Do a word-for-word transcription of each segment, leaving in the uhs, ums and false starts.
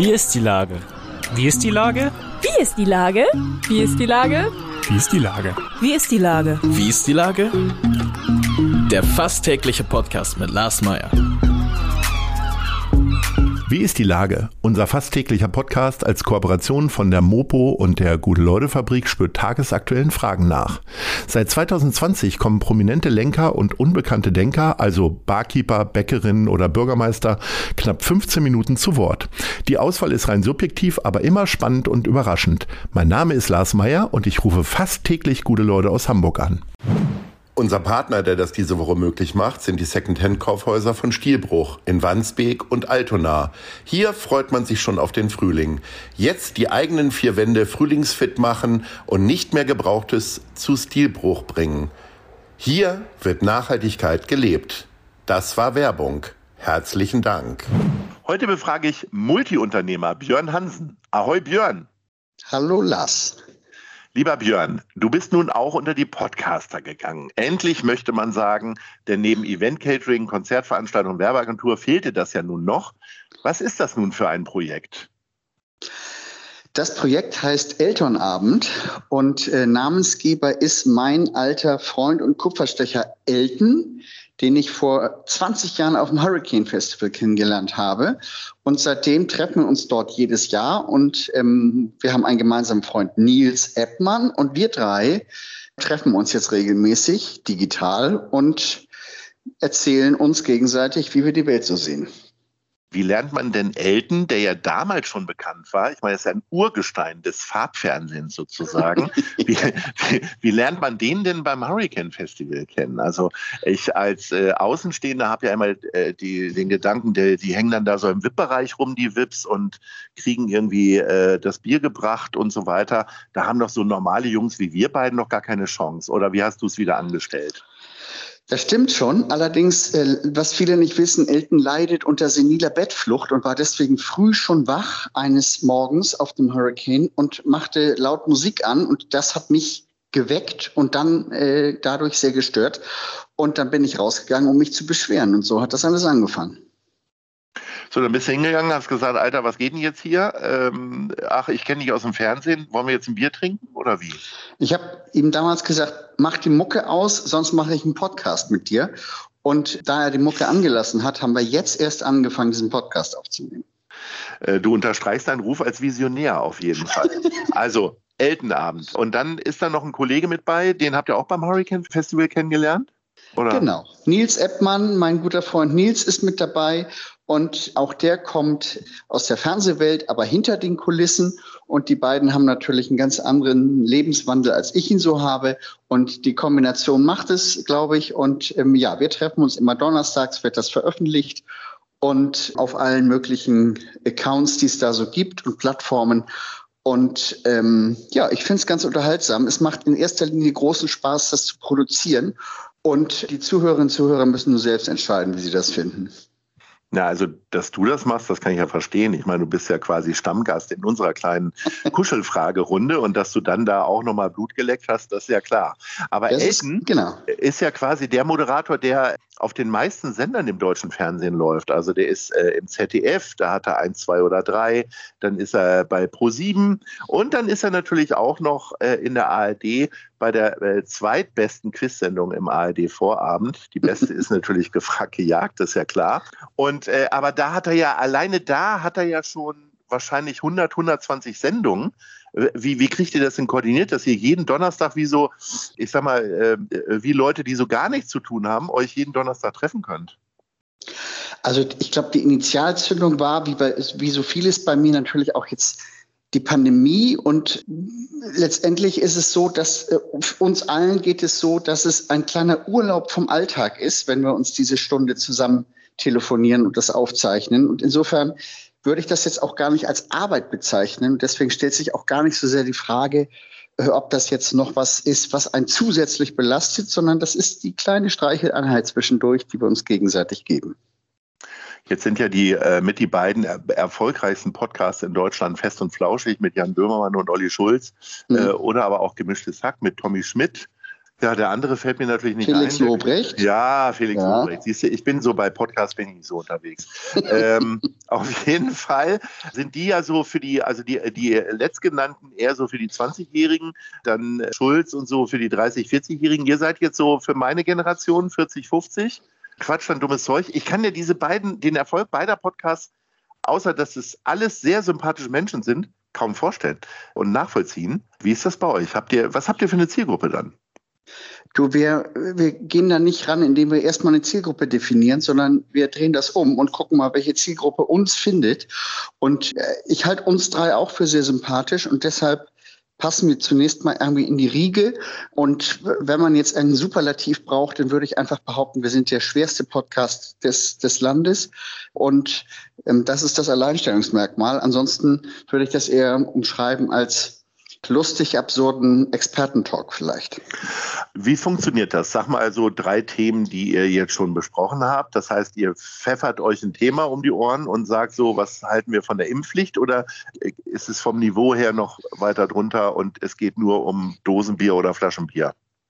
Wie ist die Lage? Wie ist die Lage? Wie ist die Lage? Wie ist die Lage? Wie ist die Lage? Wie ist die Lage? Wie ist die Lage? Der fast tägliche Podcast mit Lars Meyer. Wie ist die Lage? Unser fast täglicher Podcast als Kooperation von der Mopo und der Gute-Leute-Fabrik spürt tagesaktuellen Fragen nach. Seit zwanzig zwanzig kommen prominente Lenker und unbekannte Denker, also Barkeeper, Bäckerinnen oder Bürgermeister, knapp fünfzehn Minuten zu Wort. Die Auswahl ist rein subjektiv, aber immer spannend und überraschend. Mein Name ist Lars Meyer und ich rufe fast täglich gute Leute aus Hamburg an. Unser Partner, der das diese Woche möglich macht, sind die Secondhand-Kaufhäuser von Stielbruch in Wandsbek und Altona. Hier freut man sich schon auf den Frühling. Jetzt die eigenen vier Wände frühlingsfit machen und nicht mehr Gebrauchtes zu Stielbruch bringen. Hier wird Nachhaltigkeit gelebt. Das war Werbung. Herzlichen Dank. Heute befrage ich Multiunternehmer Björn Hansen. Ahoi Björn. Hallo Lars. Lieber Björn, du bist nun auch unter die Podcaster gegangen. Endlich möchte man sagen, denn neben Event-Catering, Konzertveranstaltung und Werbeagentur fehlte das ja nun noch. Was ist das nun für ein Projekt? Das Projekt heißt Elternabend und äh, Namensgeber ist mein alter Freund und Kupferstecher Elton, den ich vor zwanzig Jahren auf dem Hurricane Festival kennengelernt habe. Und seitdem treffen wir uns dort jedes Jahr. Und ähm, wir haben einen gemeinsamen Freund, Nils Eppmann. Und wir drei treffen uns jetzt regelmäßig digital und erzählen uns gegenseitig, wie wir die Welt so sehen. Wie lernt man denn Elton, der ja damals schon bekannt war, ich meine, er ist ein Urgestein des Farbfernsehens sozusagen, wie, wie, wie lernt man den denn beim Hurricane Festival kennen? Also ich als äh, Außenstehender habe ja immer äh, die, den Gedanken, die, die hängen dann da so im V I P-Bereich rum, die V I Ps, und kriegen irgendwie äh, das Bier gebracht und so weiter. Da haben doch so normale Jungs wie wir beiden noch gar keine Chance. Oder wie hast du es wieder angestellt? Das stimmt schon. Allerdings, äh, was viele nicht wissen, Elton leidet unter seniler Bettflucht und war deswegen früh schon wach eines Morgens auf dem Hurricane und machte laut Musik an. Und das hat mich geweckt und dann äh, dadurch sehr gestört. Und dann bin ich rausgegangen, um mich zu beschweren. Und so hat das alles angefangen. So, dann bist du hingegangen, hast gesagt, Alter, was geht denn jetzt hier? Ähm, ach, ich kenne dich aus dem Fernsehen. Wollen wir jetzt ein Bier trinken oder wie? Ich habe ihm damals gesagt, mach die Mucke aus, sonst mache ich einen Podcast mit dir. Und da er die Mucke angelassen hat, haben wir jetzt erst angefangen, diesen Podcast aufzunehmen. Äh, du unterstreichst deinen Ruf als Visionär auf jeden Fall. Also, Eltenabend. Und dann ist da noch ein Kollege mit bei, den habt ihr auch beim Hurricane Festival kennengelernt? Oder? Genau. Nils Eppmann, mein guter Freund Nils, ist mit dabei. Und auch der kommt aus der Fernsehwelt, aber hinter den Kulissen. Und die beiden haben natürlich einen ganz anderen Lebenswandel, als ich ihn so habe. Und die Kombination macht es, glaube ich. Und ähm, ja, wir treffen uns immer donnerstags, wird das veröffentlicht. Und auf allen möglichen Accounts, die es da so gibt und Plattformen. Und ähm, ja, ich finde es ganz unterhaltsam. Es macht in erster Linie großen Spaß, das zu produzieren. Und die Zuhörerinnen und Zuhörer müssen nur selbst entscheiden, wie sie das finden. Ja, also, dass du das machst, das kann ich ja verstehen. Ich meine, du bist ja quasi Stammgast in unserer kleinen Kuschelfragerunde und dass du dann da auch nochmal Blut geleckt hast, das ist ja klar. Aber das Elton ist, genau. ist ja quasi der Moderator, der auf den meisten Sendern im deutschen Fernsehen läuft. Also der ist äh, im Z D F, da hat er eins, zwei oder drei, dann ist er bei ProSieben und dann ist er natürlich auch noch äh, in der A R D bei der äh, zweitbesten Quizsendung im A R D-Vorabend. Die beste ist natürlich Gefragt gejagt, das ist ja klar. Und äh, aber da hat er ja, alleine da hat er ja schon wahrscheinlich hundert, hundertzwanzig Sendungen. Wie, wie kriegt ihr das denn koordiniert, dass ihr jeden Donnerstag wie so, ich sag mal, äh, wie Leute, die so gar nichts zu tun haben, euch jeden Donnerstag treffen könnt? Also ich glaube, die Initialzündung war, wie, bei, wie so vieles bei mir, natürlich auch jetzt die Pandemie. Und letztendlich ist es so, dass äh, uns allen geht es so, dass es ein kleiner Urlaub vom Alltag ist, wenn wir uns diese Stunde zusammen telefonieren und das aufzeichnen. Und insofern würde ich das jetzt auch gar nicht als Arbeit bezeichnen. Deswegen stellt sich auch gar nicht so sehr die Frage, ob das jetzt noch was ist, was einen zusätzlich belastet, sondern das ist die kleine Streicheleinheit zwischendurch, die wir uns gegenseitig geben. Jetzt sind ja die äh, mit die beiden er erfolgreichsten Podcasts in Deutschland Fest und Flauschig mit Jan Böhmermann und Olli Schulz, mhm. äh, oder aber auch Gemischtes Hack mit Tommy Schmidt. Ja, der andere fällt mir natürlich nicht Felix ein. Felix Lobrecht? Ja, Felix ja. Lobrecht. Siehst du, ich bin so bei Podcasts bin ich nicht so unterwegs. ähm, auf jeden Fall sind die ja so für die, also die, die letztgenannten eher so für die zwanzigjährigen, dann Schulz und so für die dreißig-, vierzig-jährigen. Ihr seid jetzt so für meine Generation vierzig, fünfzig. Quatsch, dann dummes Zeug. Ich kann ja diese beiden, den Erfolg beider Podcasts, außer dass es alles sehr sympathische Menschen sind, kaum vorstellen und nachvollziehen. Wie ist das bei euch? Habt ihr, was habt ihr für eine Zielgruppe dann? Du, wir, wir gehen da nicht ran, indem wir erstmal eine Zielgruppe definieren, sondern wir drehen das um und gucken mal, welche Zielgruppe uns findet. Und ich halte uns drei auch für sehr sympathisch und deshalb passen wir zunächst mal irgendwie in die Riege. Und wenn man jetzt einen Superlativ braucht, dann würde ich einfach behaupten, wir sind der schwerste Podcast des, des Landes. Und ähm, das ist das Alleinstellungsmerkmal. Ansonsten würde ich das eher umschreiben als lustig absurden Expertentalk vielleicht. Wie funktioniert das? Sag mal also drei Themen, die ihr jetzt schon besprochen habt. Das heißt, ihr pfeffert euch ein Thema um die Ohren und sagt so, was halten wir von der Impfpflicht? Oder ist es vom Niveau her noch weiter drunter und es geht nur um Dosenbier oder Flaschenbier?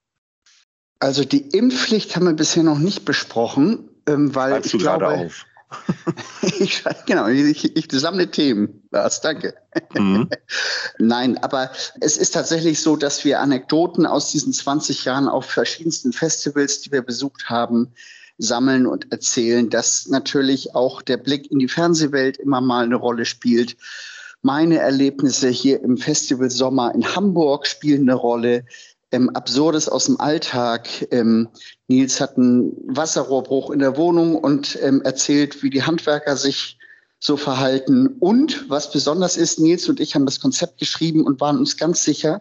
Also die Impfpflicht haben wir bisher noch nicht besprochen, weil Schreibst ich du glaube... gerade auf? ich, genau, ich, ich sammle Themen. Lars, danke. Mhm. Nein, aber es ist tatsächlich so, dass wir Anekdoten aus diesen zwanzig Jahren auf verschiedensten Festivals, die wir besucht haben, sammeln und erzählen, dass natürlich auch der Blick in die Fernsehwelt immer mal eine Rolle spielt. Meine Erlebnisse hier im Festival Sommer in Hamburg spielen eine Rolle. Ähm, Absurdes aus dem Alltag. Ähm, Nils hat einen Wasserrohrbruch in der Wohnung und ähm, erzählt, wie die Handwerker sich so verhalten. Und was besonders ist, Nils und ich haben das Konzept geschrieben und waren uns ganz sicher,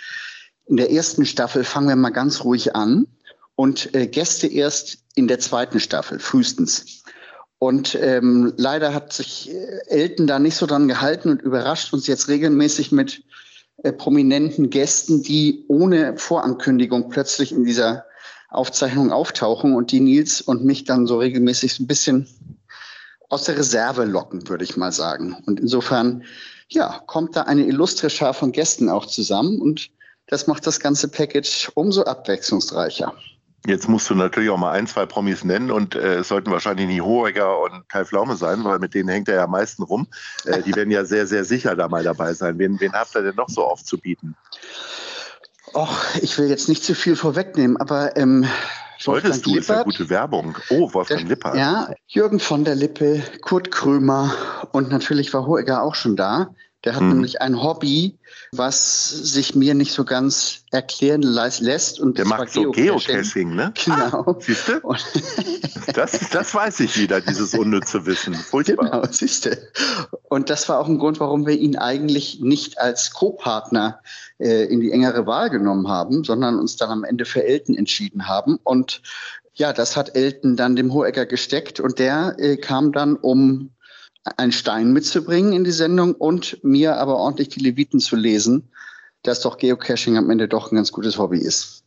in der ersten Staffel fangen wir mal ganz ruhig an und äh, Gäste erst in der zweiten Staffel, frühestens. Und ähm, leider hat sich Elton da nicht so dran gehalten und überrascht uns jetzt regelmäßig mit äh, prominenten Gästen, die ohne Vorankündigung plötzlich in dieser Aufzeichnung auftauchen und die Nils und mich dann so regelmäßig so ein bisschen aus der Reserve locken, würde ich mal sagen. Und insofern, ja, kommt da eine illustre Schar von Gästen auch zusammen und das macht das ganze Package umso abwechslungsreicher. Jetzt musst du natürlich auch mal ein, zwei Promis nennen und äh, es sollten wahrscheinlich nicht Hohecker und Kai Pflaume sein, weil mit denen hängt er ja am meisten rum. Äh, die werden ja sehr, sehr sicher da mal dabei sein. Wen, wen habt ihr denn noch so aufzubieten? Och, ich will jetzt nicht zu viel vorwegnehmen, aber ähm, solltest du, ist ja gute Werbung. Oh, Wolfgang der, Lippert. Ja, Jürgen von der Lippe, Kurt Krömer und natürlich war Hohecker auch schon da. Der hat hm. nämlich ein Hobby, was sich mir nicht so ganz erklären lässt. Und der macht so Geocaching, Geocaching, ne? Genau. Ah, siehst du? das, das weiß ich wieder, dieses unnütze Wissen. Furchtbar. Genau, siehst du. Und das war auch ein Grund, warum wir ihn eigentlich nicht als Co-Partner äh, in die engere Wahl genommen haben, sondern uns dann am Ende für Elton entschieden haben. Und ja, das hat Elton dann dem Hohecker gesteckt und der äh, kam dann, um einen Stein mitzubringen in die Sendung und mir aber ordentlich die Leviten zu lesen, dass doch Geocaching am Ende doch ein ganz gutes Hobby ist.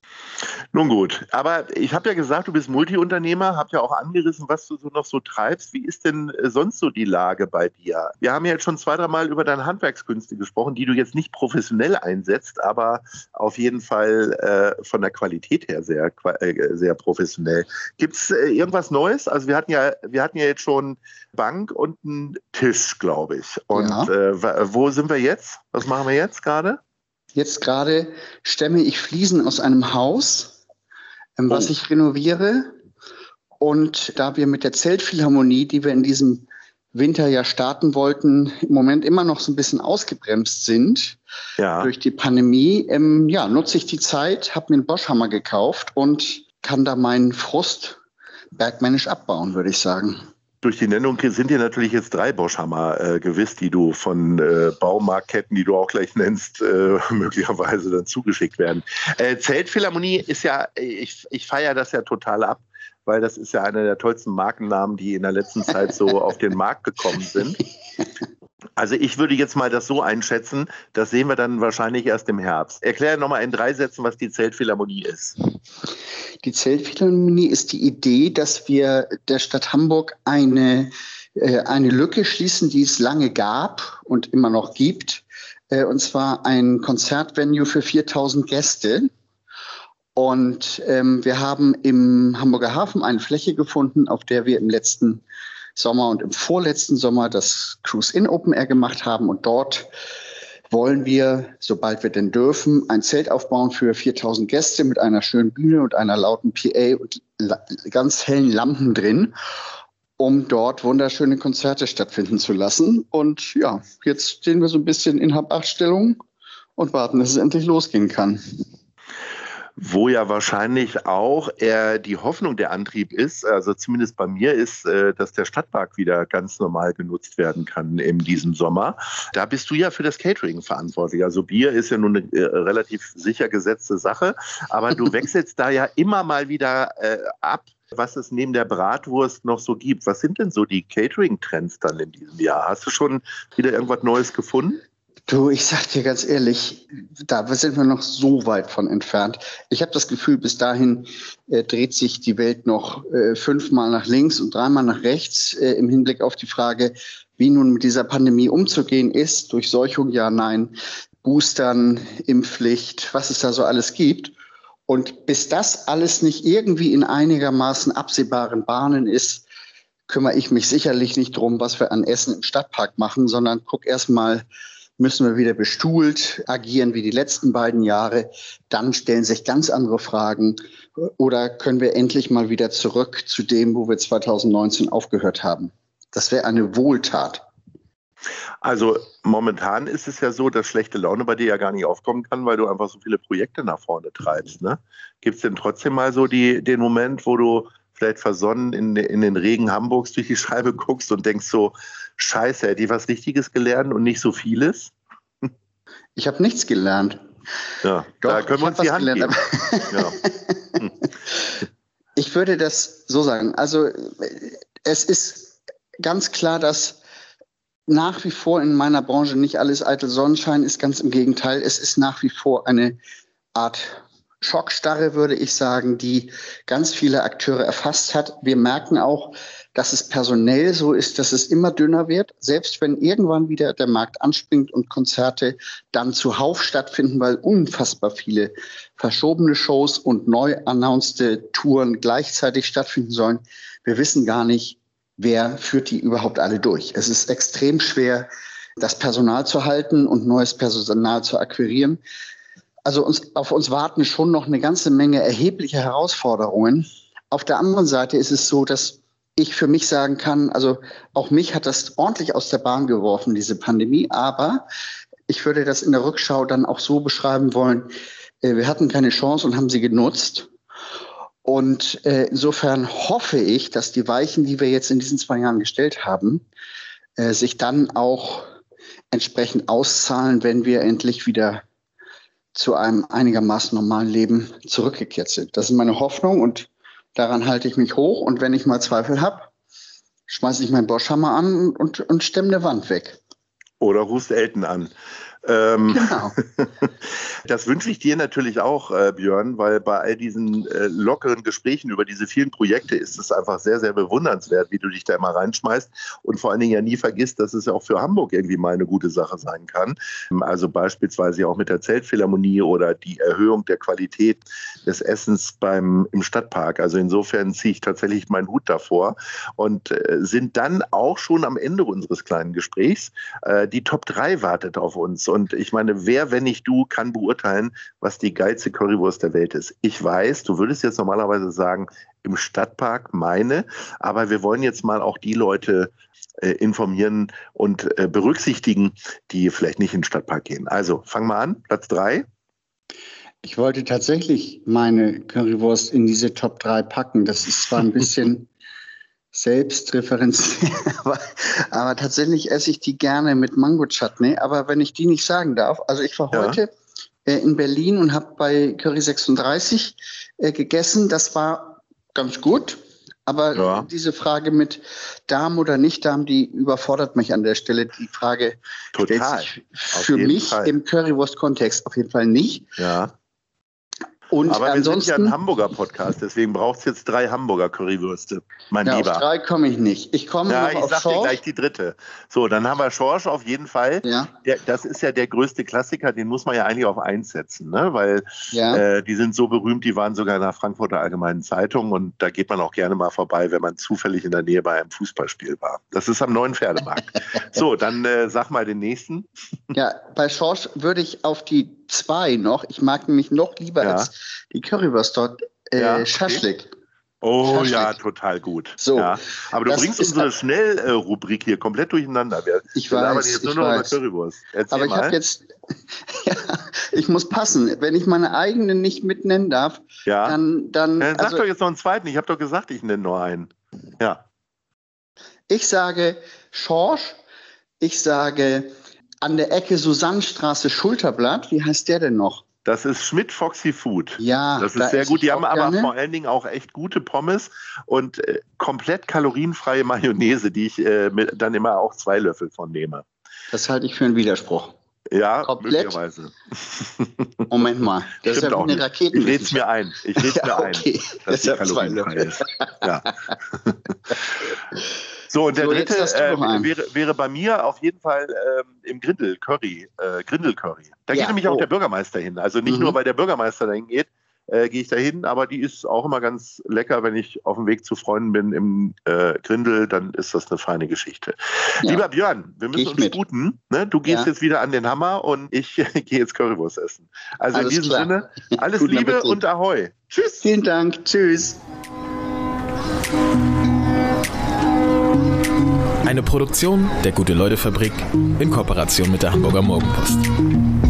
Nun gut, aber ich habe ja gesagt, du bist Multiunternehmer, habe ja auch angerissen, was du so noch so treibst. Wie ist denn sonst so die Lage bei dir? Wir haben ja jetzt schon zwei, drei Mal über deine Handwerkskünste gesprochen, die du jetzt nicht professionell einsetzt, aber auf jeden Fall äh, von der Qualität her sehr, äh, sehr professionell. Gibt es äh, irgendwas Neues? Also wir hatten ja, wir hatten ja jetzt schon Bank und einen Tisch, glaube ich. Und ja. äh, wo sind wir jetzt? Was machen wir jetzt gerade? Jetzt gerade stemme ich Fliesen aus einem Haus, ähm, oh. was ich renoviere. Und da wir mit der Zeltphilharmonie, die wir in diesem Winter ja starten wollten, im Moment immer noch so ein bisschen ausgebremst sind ja. durch die Pandemie, ähm, ja, nutze ich die Zeit, habe mir einen Boschhammer gekauft und kann da meinen Frust bergmännisch abbauen, würde ich sagen. Durch die Nennung sind dir natürlich jetzt drei Boschhammer äh, gewiss, die du von äh, Baumarktketten, die du auch gleich nennst, äh, möglicherweise dann zugeschickt werden. Äh, Zeltphilharmonie ist ja, ich, ich feiere das ja total ab, weil das ist ja einer der tollsten Markennamen, die in der letzten Zeit so auf den Markt gekommen sind. Also ich würde jetzt mal das so einschätzen, das sehen wir dann wahrscheinlich erst im Herbst. Erkläre nochmal in drei Sätzen, was die Zeltphilharmonie ist. Die Zeltphilharmonie ist die Idee, dass wir der Stadt Hamburg eine, äh, eine Lücke schließen, die es lange gab und immer noch gibt. Äh, und zwar ein Konzertvenue für viertausend Gäste. Und ähm, wir haben im Hamburger Hafen eine Fläche gefunden, auf der wir im letzten Sommer und im vorletzten Sommer das Cruise In Open Air gemacht haben. Und dort wollen wir, sobald wir denn dürfen, ein Zelt aufbauen für viertausend Gäste mit einer schönen Bühne und einer lauten P A und la- ganz hellen Lampen drin, um dort wunderschöne Konzerte stattfinden zu lassen. Und ja, jetzt stehen wir so ein bisschen in Hab-Acht-Stellung und warten, dass es endlich losgehen kann. Wo ja wahrscheinlich auch eher die Hoffnung der Antrieb ist, also zumindest bei mir ist, dass der Stadtpark wieder ganz normal genutzt werden kann in diesem Sommer. Da bist du ja für das Catering verantwortlich. Also Bier ist ja nun eine relativ sicher gesetzte Sache, aber du wechselst da ja immer mal wieder äh, ab, was es neben der Bratwurst noch so gibt. Was sind denn so die Catering-Trends dann in diesem Jahr? Hast du schon wieder irgendwas Neues gefunden? Du, ich sag dir ganz ehrlich, da sind wir noch so weit von entfernt. Ich habe das Gefühl, bis dahin äh, dreht sich die Welt noch äh, fünfmal nach links und dreimal nach rechts äh, im Hinblick auf die Frage, wie nun mit dieser Pandemie umzugehen ist. Durchseuchung, ja, nein, Boostern, Impfpflicht, was es da so alles gibt. Und bis das alles nicht irgendwie in einigermaßen absehbaren Bahnen ist, kümmere ich mich sicherlich nicht drum, was wir an Essen im Stadtpark machen, sondern guck erst mal, müssen wir wieder bestuhlt agieren wie die letzten beiden Jahre, dann stellen sich ganz andere Fragen. Oder können wir endlich mal wieder zurück zu dem, wo wir zwanzig neunzehn aufgehört haben? Das wäre eine Wohltat. Also momentan ist es ja so, dass schlechte Laune bei dir ja gar nicht aufkommen kann, weil du einfach so viele Projekte nach vorne treibst. Ne? Gibt es denn trotzdem mal so die, den Moment, wo du vielleicht versonnen in, in den Regen Hamburgs durch die Scheibe guckst und denkst so, Scheiße, hätte ich was Richtiges gelernt und nicht so vieles? Ich habe nichts gelernt. Ja, Doch, da können wir uns die Hand gelernt, geben. Ja. Hm. Ich würde das so sagen. Also es ist ganz klar, dass nach wie vor in meiner Branche nicht alles eitel Sonnenschein ist. Ganz im Gegenteil, es ist nach wie vor eine Art Schockstarre, würde ich sagen, die ganz viele Akteure erfasst hat. Wir merken auch, dass es personell so ist, dass es immer dünner wird. Selbst wenn irgendwann wieder der Markt anspringt und Konzerte dann zuhauf stattfinden, weil unfassbar viele verschobene Shows und neu announcete Touren gleichzeitig stattfinden sollen. Wir wissen gar nicht, wer führt die überhaupt alle durch. Es ist extrem schwer, das Personal zu halten und neues Personal zu akquirieren. Also uns, auf uns warten schon noch eine ganze Menge erhebliche Herausforderungen. Auf der anderen Seite ist es so, dass ich für mich sagen kann, also auch mich hat das ordentlich aus der Bahn geworfen, diese Pandemie. Aber ich würde das in der Rückschau dann auch so beschreiben wollen, wir hatten keine Chance und haben sie genutzt. Und äh, insofern hoffe ich, dass die Weichen, die wir jetzt in diesen zwei Jahren gestellt haben, äh, sich dann auch entsprechend auszahlen, wenn wir endlich wieder zu einem einigermaßen normalen Leben zurückgekehrt sind. Das ist meine Hoffnung und daran halte ich mich hoch. Und wenn ich mal Zweifel habe, schmeiße ich meinen Boschhammer an und, und stemme eine Wand weg. Oder rufst Elton an. Ähm, genau. Das wünsche ich dir natürlich auch, äh, Björn, weil bei all diesen äh, lockeren Gesprächen über diese vielen Projekte ist es einfach sehr, sehr bewundernswert, wie du dich da immer reinschmeißt und vor allen Dingen ja nie vergisst, dass es ja auch für Hamburg irgendwie mal eine gute Sache sein kann. Also beispielsweise auch mit der Zeltphilharmonie oder die Erhöhung der Qualität des Essens beim, im Stadtpark. Also insofern ziehe ich tatsächlich meinen Hut davor und äh, sind dann auch schon am Ende unseres kleinen Gesprächs. Äh, die Top drei wartet auf uns. Und ich meine, wer, wenn nicht du, kann beurteilen, was die geilste Currywurst der Welt ist. Ich weiß, du würdest jetzt normalerweise sagen, im Stadtpark meine, aber wir wollen jetzt mal auch die Leute äh, informieren und äh, berücksichtigen, die vielleicht nicht in den Stadtpark gehen. Also, fang mal an, Platz drei. Ich wollte tatsächlich meine Currywurst in diese Top drei packen. Das ist zwar ein bisschen selbstreferenziell, aber, aber tatsächlich esse ich die gerne mit Mango-Chutney. Aber wenn ich die nicht sagen darf, also ich war ja. heute äh, in Berlin und habe bei Curry sechsunddreißig äh, gegessen. Das war ganz gut, aber ja. diese Frage mit Darm oder nicht Darm, die überfordert mich an der Stelle. Die Frage Total. stellt sich für mich Fall. im Currywurst-Kontext auf jeden Fall nicht. Ja. Und Aber wir sind ja ein ansonsten, Hamburger Podcast, deswegen braucht es jetzt drei Hamburger Currywürste, mein ja, Lieber. auf drei komme ich nicht. Ich komme Ja, noch ich auf sag dir Schorsch. gleich die dritte. So, dann haben wir Schorsch auf jeden Fall. Ja. Der, das ist ja der größte Klassiker, den muss man ja eigentlich auf eins setzen, ne? Weil Ja. äh, die sind so berühmt, die waren sogar in der Frankfurter Allgemeinen Zeitung und da geht man auch gerne mal vorbei, wenn man zufällig in der Nähe bei einem Fußballspiel war. Das ist am Neuen Pferdemarkt. So, dann äh, sag mal den nächsten. Ja, bei Schorsch würde ich auf die zwei noch, ich mag nämlich noch lieber Ja. als die Currywurst dort, äh, Ja, okay. Schaschlik. Oh Schaschlik. ja, total gut. So, ja. Aber du das bringst ist unsere ab- Schnellrubrik hier komplett durcheinander. Wir, Ich wir labern weiß, jetzt nur ich noch über weiß. Currywurst. Erzähl Aber ich mal. habe jetzt, ja, ich muss passen. Wenn ich meine eigene nicht mitnennen darf, ja. dann, dann, Äh, sag also doch jetzt noch einen zweiten. Ich habe doch gesagt, ich nenne nur einen. Ja. ich sage Schorsch, ich sage an der Ecke Susannenstraße Schulterblatt. Wie heißt der denn noch? Das ist Schmidt Foxy Food. Ja, Das da ist sehr esse gut. ich Die haben auch aber gerne. vor allen Dingen auch echt gute Pommes und äh, komplett kalorienfreie Mayonnaise, die ich äh, mit, dann immer auch zwei Löffel von nehme. Das halte ich für einen Widerspruch. Ja, Komplett? möglicherweise. Moment mal, das Stimmt ist ja auch wie eine nicht. Ich Raketen. rede es mir ein. Ich rede es Ja, mir okay. ein, dass die Deshalb zwei kalorienfrei Löffel. ist. Ja. So, und der So, jetzt dritte hast du äh, noch einen. wäre, wäre bei mir auf jeden Fall ähm, im Grindel Curry, äh, Grindel Curry. Da Ja, geht nämlich auch oh. der Bürgermeister hin. Also nicht Mhm. nur, weil der Bürgermeister dahin geht, äh, gehe ich da hin, aber die ist auch immer ganz lecker, wenn ich auf dem Weg zu Freunden bin im äh, Grindel, dann ist das eine feine Geschichte. Ja. Lieber Björn, wir Geh müssen ich uns mit. sputen. Ne? Du gehst Ja. jetzt wieder an den Hammer und ich gehe jetzt Currywurst essen. Also Alles in diesem klar. Sinne, alles Guten Liebe Appetit. und Ahoi. Tschüss. Vielen Dank. Tschüss. Eine Produktion der Gute-Leute-Fabrik in Kooperation mit der Hamburger Morgenpost.